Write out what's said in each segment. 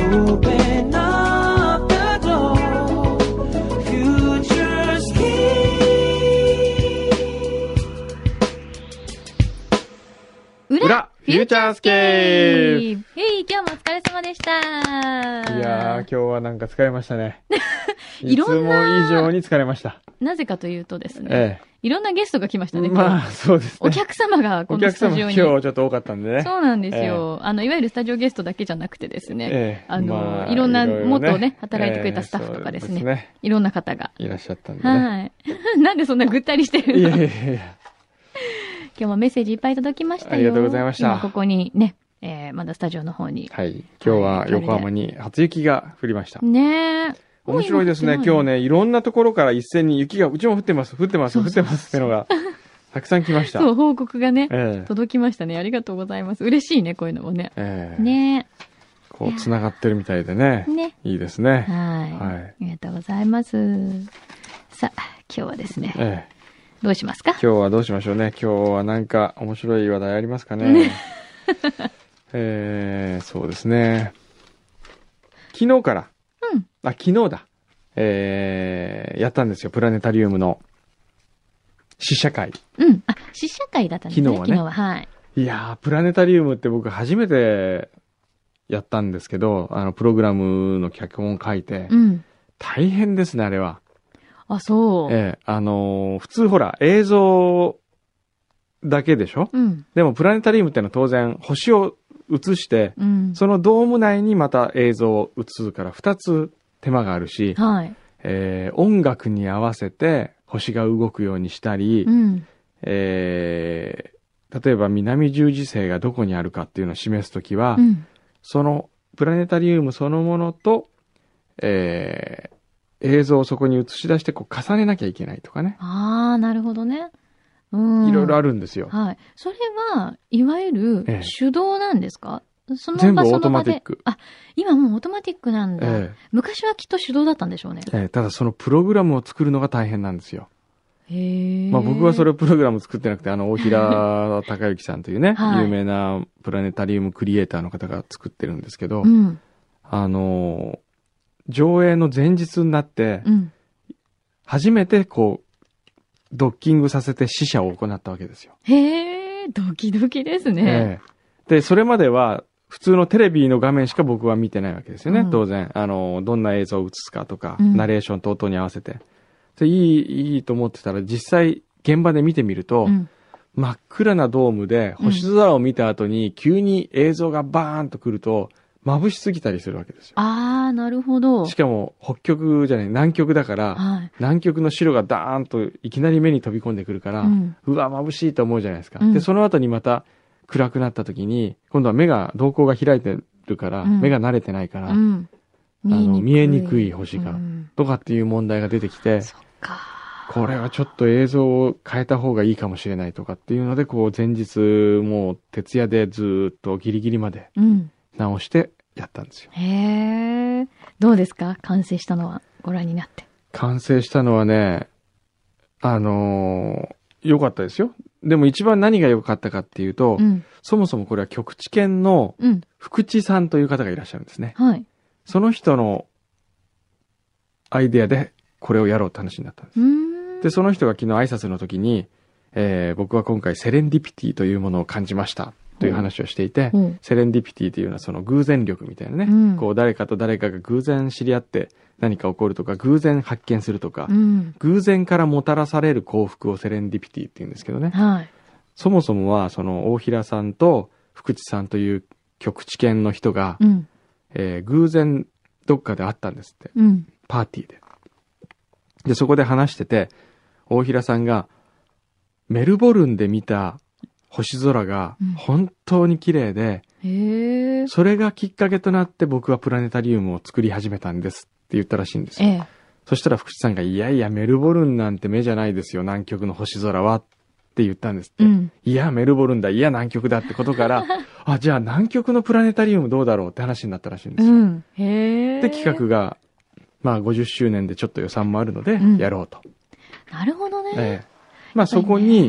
Open up the door. Future's key. 裏フューチャースケープ。 今日もお疲れ様でした。 いやー、今日はなんか疲れましたね。 いろんなつも以上に疲れました。 なぜかというとですね、いろんなゲストが来ましたね。 まあ、そうですね。 お客様がこのスタジオに。 お客様今日ちょっと多かったんでね。 そうなんですよ。いわゆるスタジオゲストだけじゃなくてですね、いろんな、もっとね、働いてくれたスタッフとかですね、いろんな方が。 いらっしゃったんでね。 はい。なんでそんなぐったりしてるの？ いやいやいや。 今日もメッセージいっぱい届きましたよ。 ありがとうございました。 今ここにね、まだスタジオの方に。 はい。今日は横浜に初雪が降りました。 ねえ。 面白いですね。今日ね、いろんなところから一斉に雪が、うちも降ってます、降ってますってのが、たくさん来ました。 そう、報告がね、届きましたね。ありがとうございます。嬉しいね、こういうのもね。ねえ。 こう、繋がってるみたいでね。ね。いいですね。 はい。ありがとうございます。さあ、今日はですね。どうしますか？ 今日はどうしましょうね。今日はなんか面白い話題ありますかね。そうですね。昨日から、昨日だ。やったんですよ。プラネタリウムの試写会。 試写会だったんですね。昨日はね。はい。 いやー、プラネタリウムって僕初めてやったんですけど、プログラムの脚本を書いて、大変ですね、あれは。 あ、そう。 普通ほら、映像だけでしょ？でもプラネタリウムってのは当然星を映して、そのドーム内にまた映像を映すから2つ手間があるし、音楽に合わせて星が動くようにしたり、例えば南十字星がどこにあるかっていうのを示すときは、そのプラネタリウムそのものと、映像をそこに映し出してこう重ねなきゃいけないとかね。 ああ、なるほどね。 いろいろあるんですよ。 はい。それは、いわゆる手動なんですか？ 全部オートマティック。 あ、今もうオートマティックなんだ。昔はきっと手動だったんでしょうね。 ただそのプログラムを作るのが大変なんですよ。 へえ。 まあ僕はそれプログラム作ってなくて、大平隆之さんというね、有名なプラネタリウムクリエイターの方が作ってるんですけど、上映の前日になって、初めてこう、ドッキングさせて試写を行ったわけですよ。 へえ、ドキドキですね。 で、それまでは、普通のテレビの画面しか僕は見てないわけですよね、当然。どんな映像を映すかとか、ナレーション等々に合わせて。で、いいと思ってたら、実際、現場で見てみると、真っ暗なドームで、星空を見た後に、急に映像がバーンと来ると、眩しすぎたりするわけですよ。 ああ、なるほど。 しかも、南極だから、南極の白がダーンといきなり目に飛び込んでくるから、うわ、眩しいと思うじゃないですか。で、その後にまた暗くなった時に、今度は瞳孔が開いてるから、目が慣れてないから、見えにくい星が、とかっていう問題が出てきて、これはちょっと映像を変えた方がいいかもしれないとかっていうので、こう前日もう徹夜でずっとギリギリまで直して、やったんですよ。 へえ。どうですか？完成したのはご覧になって。 完成したのはね、良かったですよ。でも一番何が良かったかっていうと、そもそもこれは極地研の福地さんという方がいらっしゃるんですね。その人のアイデアでこれをやろうって話になったんです。で、その人が昨日挨拶の時に、僕は今回セレンディピティというものを感じました。という話をしていて、セレンディピティというのはその偶然力みたいなね、こう誰かと誰かが偶然知り合って何か起こるとか、偶然発見するとか、偶然からもたらされる幸福をセレンディピティって言うんですけどね。そもそもはその大平さんと福地さんという極地研の人が、偶然どっかで会ったんですって、パーティーで。で、そこで話してて、大平さんがメルボルンで見た星空が本当に綺麗で、それがきっかけとなって僕はプラネタリウムを作り始めたんですって言ったらしいんですよ。そしたら福地さんが、いやいやメルボルンなんて目じゃないですよ、南極の星空はって言ったんですって。いやメルボルンだ、いや南極だってことから、あ、じゃあ南極のプラネタリウムどうだろうって話になったらしいんですよ。で、企画が、まあ50周年でちょっと予算もあるので、やろうと。 なるほどね。 まあそこに、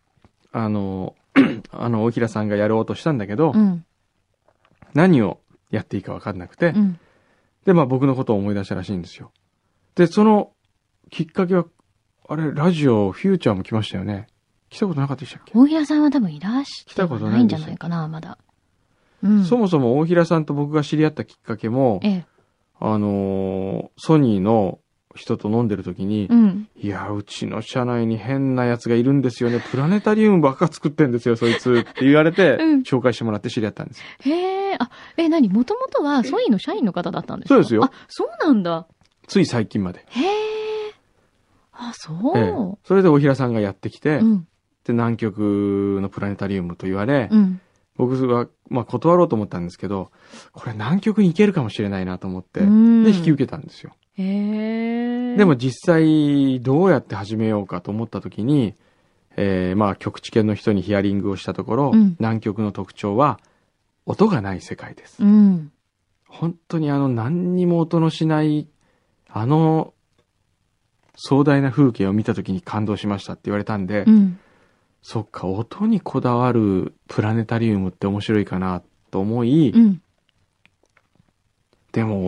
大平さんがやろうとしたんだけど、何をやっていいか分かんなくて、で、まあ僕のことを思い出したらしいんですよ。で、そのきっかけは、あれ、ラジオ、フューチャーも来ましたよね。来たことなかったでしたっけ？ 大平さんは多分いらしてないんじゃないかな、まだ。 そもそも大平さんと僕が知り合ったきっかけも、ソニーの人と飲んでる時に、いや、うちの社内に変な奴がいるんですよね。プラネタリウムばっか作ってんですよ、そいつ。って言われて、紹介してもらって知り合ったんですよ。 へえ、何？もともとはソニーの社員の方だったんですか？ そうですよ。 あ、そうなんだ。 つい最近まで。 へえ。あ、そう。 それで大平さんがやってきて、で、南極のプラネタリウムと言われ、僕は、まあ、断ろうと思ったんですけど、これ南極に行けるかもしれないなと思って、で、引き受けたんですよ。でも実際、どうやって始めようかと思った時に、まあ、極地圏の人にヒアリングをしたところ、南極の特徴は、音がない世界です。本当に何にも音のしない、壮大な風景を見た時に感動しましたって言われたんで、そっか、音にこだわるプラネタリウムって面白いかなと思い、でも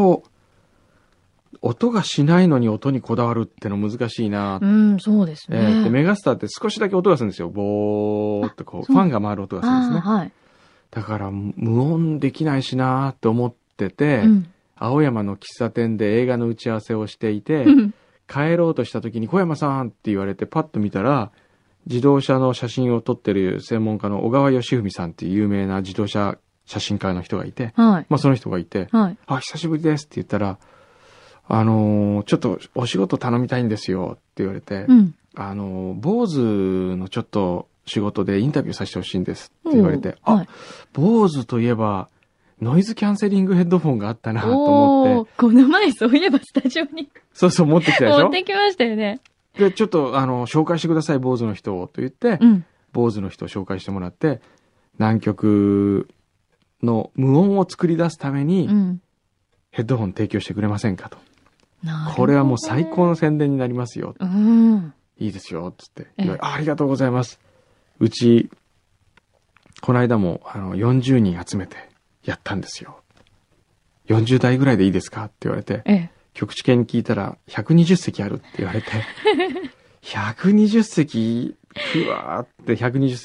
音がしないのに音にこだわるっての難しいな。 そうですね。 でメガスターって少しだけ音がするんですよ。ボーっとこう、ファンが回る音がするんですね。だから無音できないしなって思ってて、青山の喫茶店で映画の打ち合わせをしていて、帰ろうとした時に小山さんって言われてパッと見たら、自動車の写真を撮ってる専門家の小川義文さんっていう有名な自動車写真家の人がいて、まあその人がいて、あ、久しぶりですって言ったら、ちょっとお仕事頼みたいんですよって言われて、坊主のちょっと仕事でインタビューさせてほしいんですって言われて、坊主といえば、ノイズキャンセリングヘッドフォンがあったなと思って。 この前そういえばスタジオに。 そう持ってきたでしょ？ 持ってきましたよね。 で、ちょっと紹介してください、坊主の人をと言って、坊主の人を紹介してもらって、南極の無音を作り出すために、ヘッドホン提供してくれませんかと。これはもう最高の宣伝になりますよ。いいですよ、つって。ありがとうございます。うち、この間も40人集めてやったんですよ。40台ぐらいでいいですかって言われて、極地系に聞いたら120席あるって言われて、120席、ふわーって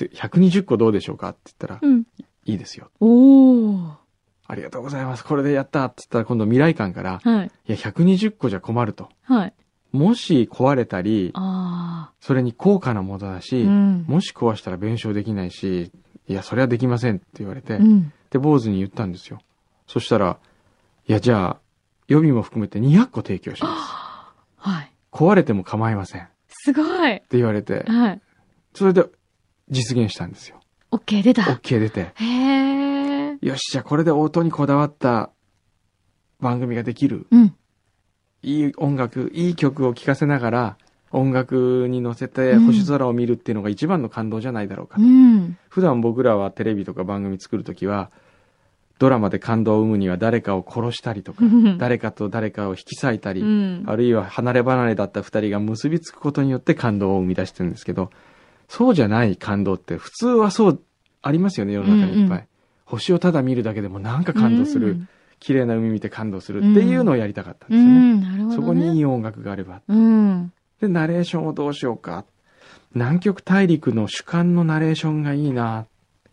120個どうでしょうかって言ったら、いいですよ。ありがとうございます。これでやったって言ったら今度未来館から、いや、120個じゃ困ると。もし壊れたり、それに高価なものだし、もし壊したら弁償できないし、いや、それはできませんって言われて、で、坊主に言ったんですよ。そしたら、いや、じゃあ、予備も含めて200個提供します。壊れても構いません。 すごい。 って言われて、それで実現したんですよ。 OK 出た。 OK 出て。よし、じゃあこれで音にこだわった番組ができる。いい音楽、いい曲を聴かせながら、音楽に乗せて星空を見るっていうのが一番の感動じゃないだろうかと。普段僕らはテレビとか番組作るときは、ドラマで感動を生むには誰かを殺したりとか、誰かと誰かを引き裂いたり、あるいは離れ離れだった二人が結びつくことによって感動を生み出してるんですけど、そうじゃない感動って普通はそうありますよね、世の中にいっぱい。星をただ見るだけでもなんか感動する。綺麗な海見て感動するっていうのをやりたかったんですよね。そこにいい音楽があれば。で、ナレーションをどうしようか。南極大陸の主観のナレーションがいいな。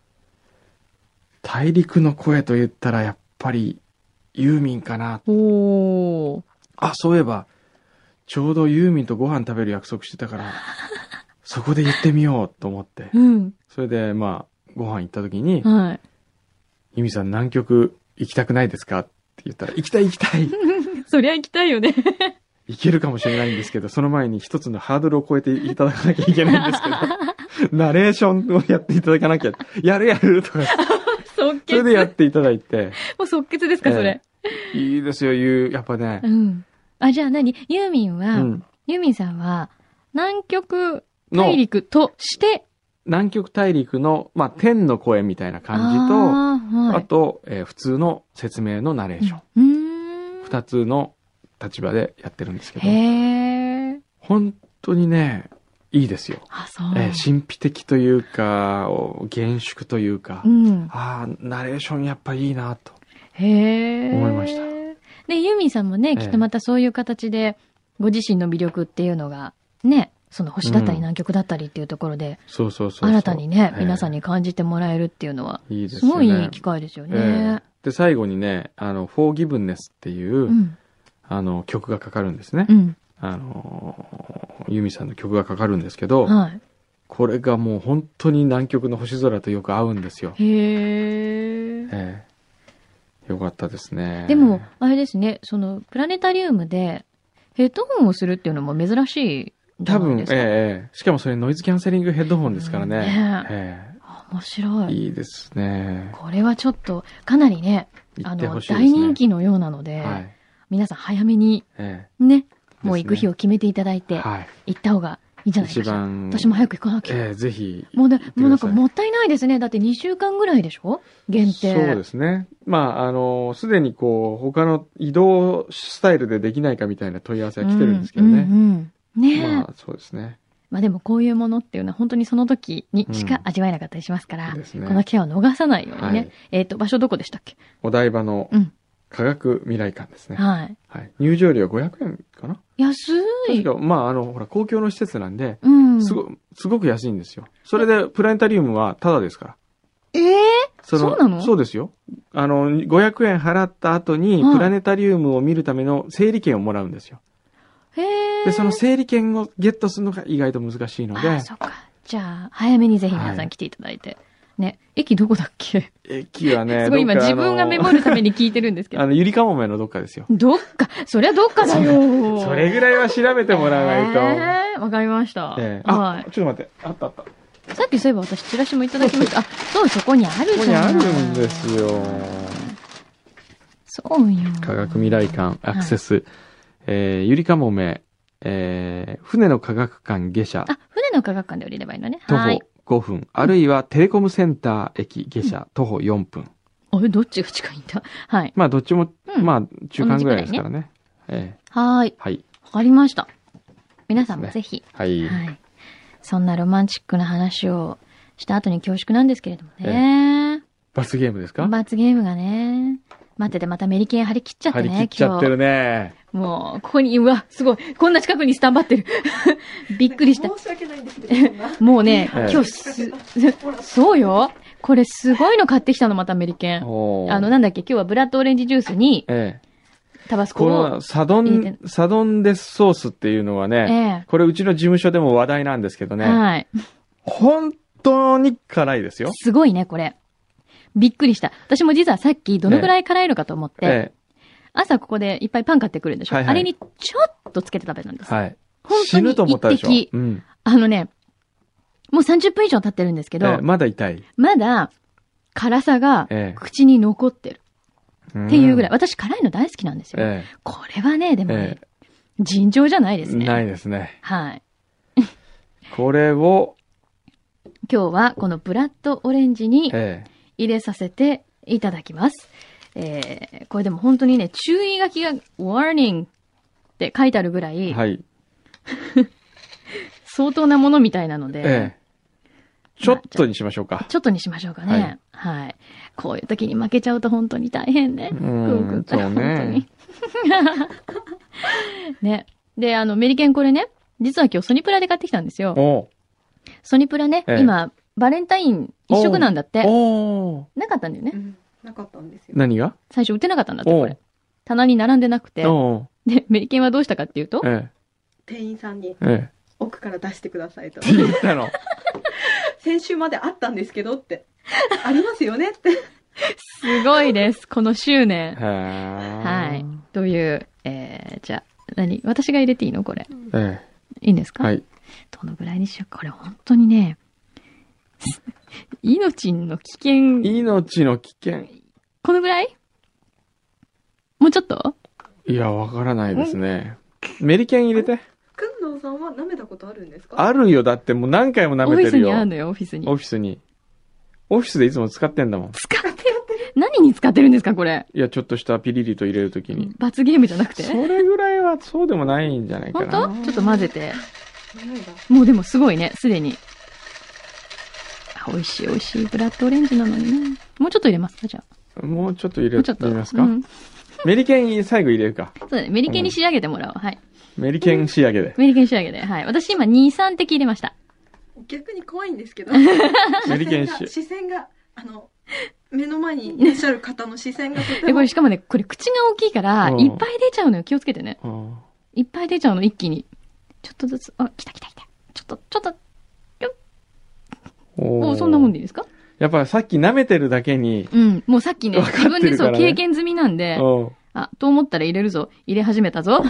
大陸の声と言ったらやっぱりユーミンかな。あ、そういえば、ちょうどユーミンとご飯食べる約束してたから、そこで言ってみようと思って。それで、まあ、ご飯行った時に、ユミさん南極行きたくないですかって言ったら、行きたい行きたい。 そりゃ行きたいよね。 行けるかもしれないんですけど、その前に一つのハードルを超えていただかなきゃいけないんですけど、ナレーションをやっていただかなきゃ、やるとか。 即決。 それでやっていただいて。 もう即決ですか、それ。 いいですよ、やっぱね。 あ、じゃあユーミンさんは、南極大陸として、 南極大陸の、まあ、天の声みたいな感じと、あと、普通の説明のナレーション。二つの立場でやってるんですけど。本当にね、いいですよ。神秘的というか、厳粛というか、ナレーションやっぱいいなと。 へー。 思いました。 で、ユーミンさんもね、きっとまたそういう形で、ご自身の魅力っていうのが、ね、その星だったり南極だったりっていうところで、 そう新たにね、皆さんに感じてもらえるっていうのは、 いいですね。 すごいいい機会ですよね。 で、最後にね、Forgiveness っていう、曲がかかるんですね。ユーミンさんの曲がかかるんですけど、これがもう本当に南極の星空とよく合うんですよ。 へー。 よかったですね。 でも、あれですね、その、プラネタリウムで、ヘッドホンをするっていうのも珍しいじゃないですか。多分、しかもそれノイズキャンセリングヘッドホンですからね。 面白い。 いいですね。 これはちょっと、かなりね、大人気のようなので、皆さん早めに、ね、もう行く日を決めていただいて、行った方がいいんじゃないかしら。私も早く行かなきゃ。 ぜひ。 もうなんかもったいないですね。だって2週間ぐらいでしょ限定。 そうですね。まあ、すでに他の移動スタイルでできないかみたいな問い合わせが来てるんですけどね。 ねまあ、そうですね。 まあでもこういうものっていうのは本当にその時にしか味わえなかったりしますから、この機会を逃さないようにね。場所どこでしたっけ？ お台場の科学未来館ですね。入場料500円かな？ 安い。 確か、まあ、ほら、公共の施設なんで、すごく安いんですよ。それで、プラネタリウムはタダですから。そうなの？そうですよ。500円払った後に、プラネタリウムを見るための整理券をもらうんですよ。で、その整理券をゲットするのが意外と難しいので。 そっか。じゃあ、早めにぜひ皆さん来ていただいて。ね、駅どこだっけ？ 駅はね、 すごい今自分がメモるために聞いてるんですけど。 ゆりかもめのどっかですよ。 どっか、そりゃどっかだよ。 それぐらいは調べてもらわないと。わかりました。 ちょっと待って。あった。 さっきそういえば私チラシもいただきました。そう、そこにあるじゃん。 ここにあるんですよ。 そうよ。 科学未来館アクセス。ゆりかもめ、船の科学館下車。 船の科学館で降りればいいのね。 徒歩5分。あるいはテレコムセンター駅下車、徒歩4分。 どっちが近いんだ。はい。 まあ、どっちも、まあ、中間ぐらいですからね。 はい。 はい。 わかりました。皆さんもぜひ。 はい。 そんなロマンチックな話をした後に恐縮なんですけれどもね。 罰ゲームですか？ 罰ゲームがね。待ってて、またメリケン張り切っちゃってね、 張り切っちゃってるね。 もう、ここに、うわ、すごい。こんな近くにスタンバってる。びっくりした。 申し訳ないんですけど。 もうね、今日そうよ。これすごいの買ってきたの、またメリケン。なんだっけ、今日はブラッドオレンジジュースに、タバスコを。 このサドンデスソースっていうのはね、これうちの事務所でも話題なんですけどね。はい。本当に辛いですよ。 すごいね、これ。びっくりした。私も実はさっきどのくらい辛いのかと思って、朝ここでいっぱいパン買ってくるんでしょ、あれにちょっとつけて食べたんです。 はい。 本当に死ぬと思ったでしょ。 もう30分以上経ってるんですけど、 まだ痛い。 まだ辛さが口に残ってる。っていうぐらい。私辛いの大好きなんですよ。これはね、でもね、尋常じゃないですね。 ないですね。 はい。これを、 今日はこのブラッドオレンジに、入れさせていただきます。これでも本当にね、注意書きが warning って書いてあるぐらい、はい、相当なものみたいなので、 ちょっとにしましょうか。 ちょっとにしましょうかね。はい。こういう時に負けちゃうと本当に大変ね。 そうね。 ね。で、メリケンこれね、実は今日ソニプラで買ってきたんですよ。ソニプラね、今、バレンタイン一色なんだって。なかったんだよね。 なかったんですよ。 何が？ 最初売ってなかったんだって、これ。棚に並んでなくて。で、メリケンはどうしたかっていうと、 店員さんに、奥から出してくださいと。 言ったの。 先週まであったんですけどって。ありますよねって。 すごいです。この執念。 はい。 という、じゃあ、私が入れていいのこれ。いいんですか？ はい。 どのぐらいにしよう。これ本当にね、命の危険。 命の危険。 このぐらい？もうちょっと？ いや、わからないですね。メリケン入れて。 くんどうさんは舐めたことあるんですか？ あるよ。だってもう何回も舐めてるよ。 オフィスにあるのよ、オフィスに。 オフィスに。オフィスでいつも使ってんだもん。 使ってるって何に使ってるんですか、これ。 いや、ちょっとしたピリリと入れるときに。 罰ゲームじゃなくて。 それぐらいはそうでもないんじゃないかな。 本当？ちょっと混ぜて。もうでもすごいね、すでに。美味しい美味しいブラッドオレンジなのにね。もうちょっと入れますか、じゃもうちょっと入れてみますか、メリケン最後入れるか。 そうだね。メリケンに仕上げてもらおう。はい。 メリケン仕上げで。 メリケン仕上げで。はい。私今2、3滴入れました。 逆に怖いんですけど。 メリケン視線が、目の前にいらっしゃる方の視線がとても。 これしかもね、これ口が大きいから、いっぱい出ちゃうのよ。気をつけてね。いっぱい出ちゃうの、一気に。ちょっとずつ、あ、来た。ちょっと、おそんなもんでいいですか？ やっぱさっき舐めてるだけに。 もうさっきね、自分でそう、経験済みなんで、と思ったら入れるぞ。入れ始めたぞ。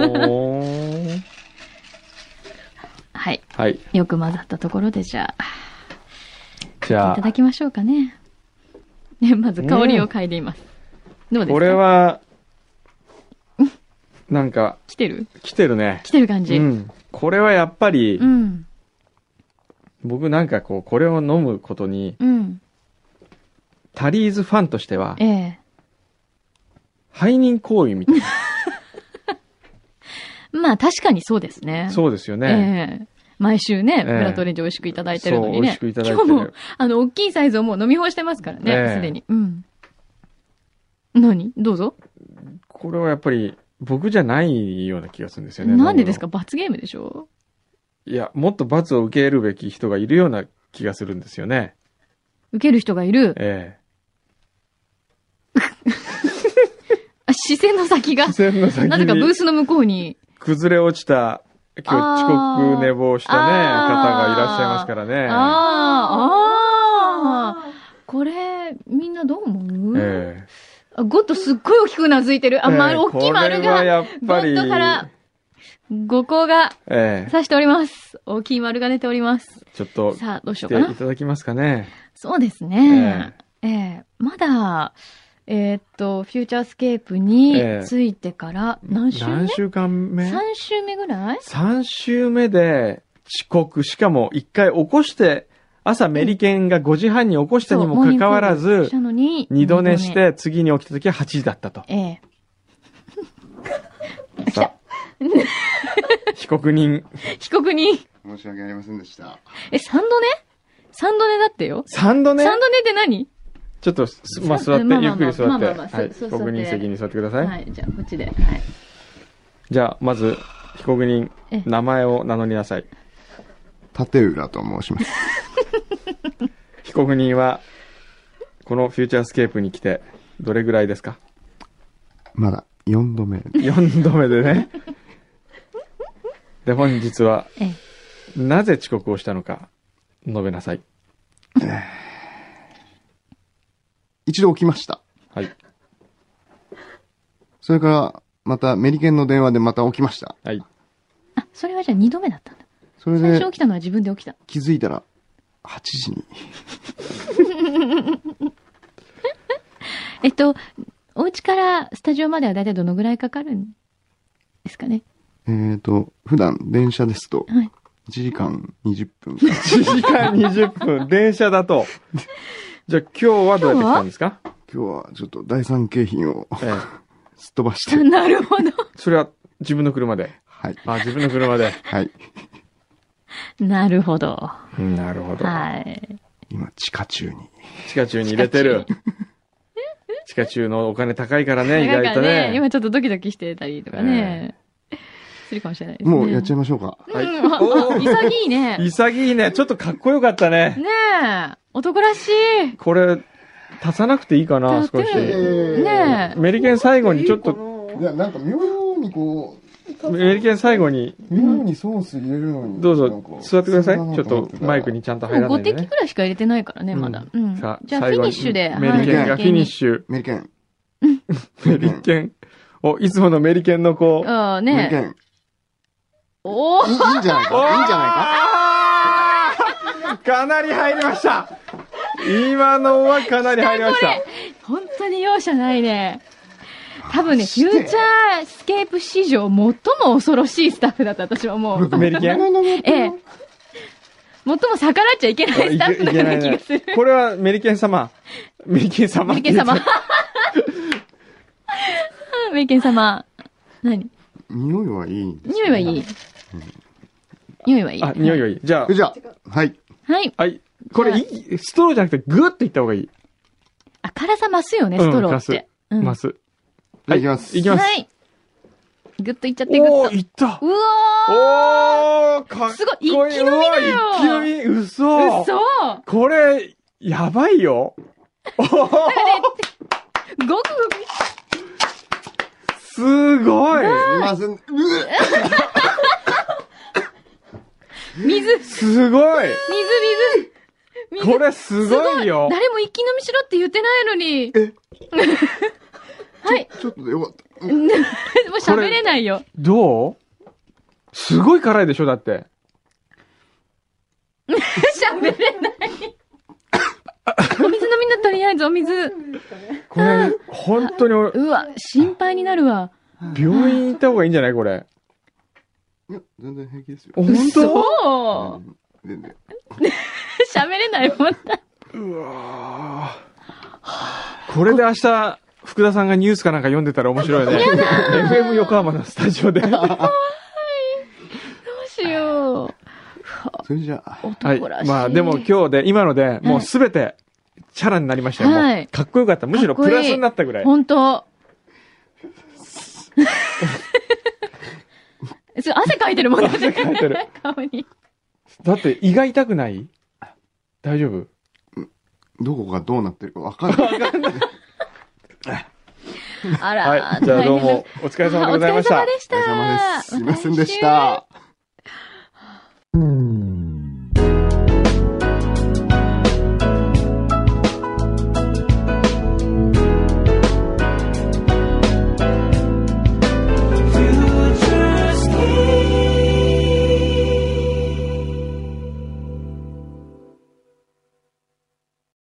はい。 はい。 よく混ざったところで、じゃあ、いただきましょうかね。まず香りを嗅いでいます。どうですか？ これは、なんか、 来てるね。 来てる感じ。 これはやっぱり、僕なんかこれを飲むことに、タリーズファンとしては、背任行為みたいな。 まあ確かにそうですね。 そうですよね。 毎週ね、ブラッドオレンジ美味しくいただいてるのにね。 美味しくいただいてる。 今日も、大きいサイズをもう飲み干してますからね、すでに。何？どうぞ。 これはやっぱり、僕じゃないような気がするんですよね。 なんでですか？罰ゲームでしょ？ いや、もっと罰を受けるべき人がいるような気がするんですよね。 受ける人がいる？視線の先が、なぜかブースの向こうに。 崩れ落ちた、今日遅刻寝坊したね、方がいらっしゃいますからね。 これ、みんなどう思う？ゴッドすっごい大きくうなずいてる。大きい丸が、ゴッドから5個が刺しております。大きい丸が出ております。 ちょっと、 さあ、どうしようかな。 いただきますかね。 そうですね。まだ、フューチャースケープについてから何週間目 ?3 週目ぐらい ?3 週目で遅刻。しかも1回起こして、朝メリケンが5時半に起こしたにもかかわらず、2度寝して次に起きた時は8時だったと。さあ、被告人。 被告人。 申し訳ありませんでした。 3度寝 ?3 度寝だってよ。 3度寝 ?3 度寝って何？ ちょっと、座って、ゆっくり座って。はい。被告人席に座ってください。 はい、じゃあ、こっちで。はい。 じゃあ、まず、被告人、名前を名乗りなさい。 立浦と申します。 被告人は、このフューチャースケープに来て、どれぐらいですか？ まだ、4度目。 4度目でね。で、本日は、なぜ遅刻をしたのか、述べなさい。 一度起きました。 はい。 それから、またメリケンの電話でまた起きました。 はい。 それはじゃあ2度目だったんだ。 それで、 最初起きたのは自分で起きた。 気づいたら、8時に。 お家からスタジオまではだいたいどのぐらいかかるんですかね？ 普段電車ですと、1時間20分。 1時間20分、電車だと。じゃあ今日はどうやって来たんですか？ 今日はちょっと第三京浜を、すっ飛ばして。 なるほど。 それは自分の車で。 はい。 自分の車で。 はい。 なるほど。 なるほど。 はい。 今、地下中に入れてる。地下中のお金高いからね、意外とね。 今ちょっとドキドキしてたりとかね。するかもしれないですね。 もうやっちゃいましょうか。 はい。潔いね。 潔いね。ちょっとかっこよかったね。 ねえ。男らしい。 これ、足さなくていいかな、少し。 ねえ。 メリケン最後にちょっと。 いや、なんか妙にこう、 メリケン最後に。 妙にソース入れるのに。 どうぞ、座ってください。ちょっとマイクにちゃんと入らないで、ね。 5滴くらいしか入れてないからね、まだ。 さあ、 じゃあフィニッシュで。 メリケンがフィニッシュ。 メリケン。 メリケン。いつものメリケンの子。 ねメリケン。 おー。 いいんじゃないか。いいんじゃないか。かなり入りました。今のはかなり入りました。 本当に容赦ないね。多分ね、フューチャースケープ史上最も恐ろしいスタッフだった、私はもう。 メリケン？ 最も逆らっちゃいけないスタッフのような気がする。 これはメリケン様。メリケン様。 メリケン様。メリケン様。何？ 匂いはいい。 匂いはいい。匂いはいい。 匂いはいい。じゃあ。 はい。 はい。 はい。これ、ストローじゃなくて、グーっていった方がいい。 あ、辛さ増すよね、ストローって。 増す。 はい、いきます。 いきます。 はい。ぐっといっちゃって、ぐっと。 おー、いった。 うわー。おー、かっこいい。 すごい、一気飲みだよ。 一気飲み、嘘。 嘘。 これ、やばいよ。おー。 ごくごく。 すごい。 水。 すごい。 水。 これすごいよ。 誰も一気飲みしろって言ってないのに。はい。 ちょっとでよかった。 もう喋れないよ。 どう？すごい辛いでしょだって。 喋れない。お水飲みな、とりあえずお水。 これ、本当にうわ、心配になるわ。 病院行った方がいいんじゃないこれ。 いや、全然平気ですよ。 本当？ そう。 全然。 喋れないもんだ。 うわこれで明日、福田さんがニュースかなんか読んでたら面白いね。FM 横浜のスタジオで。 どうしよう。 それじゃあ。 男らしい。 まあでも今日で、今ので、もうすべて、チャラになりましたよ。 はい。 かっこよかった。むしろプラスになったぐらい。 本当。汗かいてるもんね。 汗かいてる。 顔に。 だって胃が痛くない？大丈夫？ どこがどうなってるかわかんない。 あら、 はい。じゃあどうもお疲れ様でございました。 お疲れ様でした。 お疲れ様です。すいませんでした。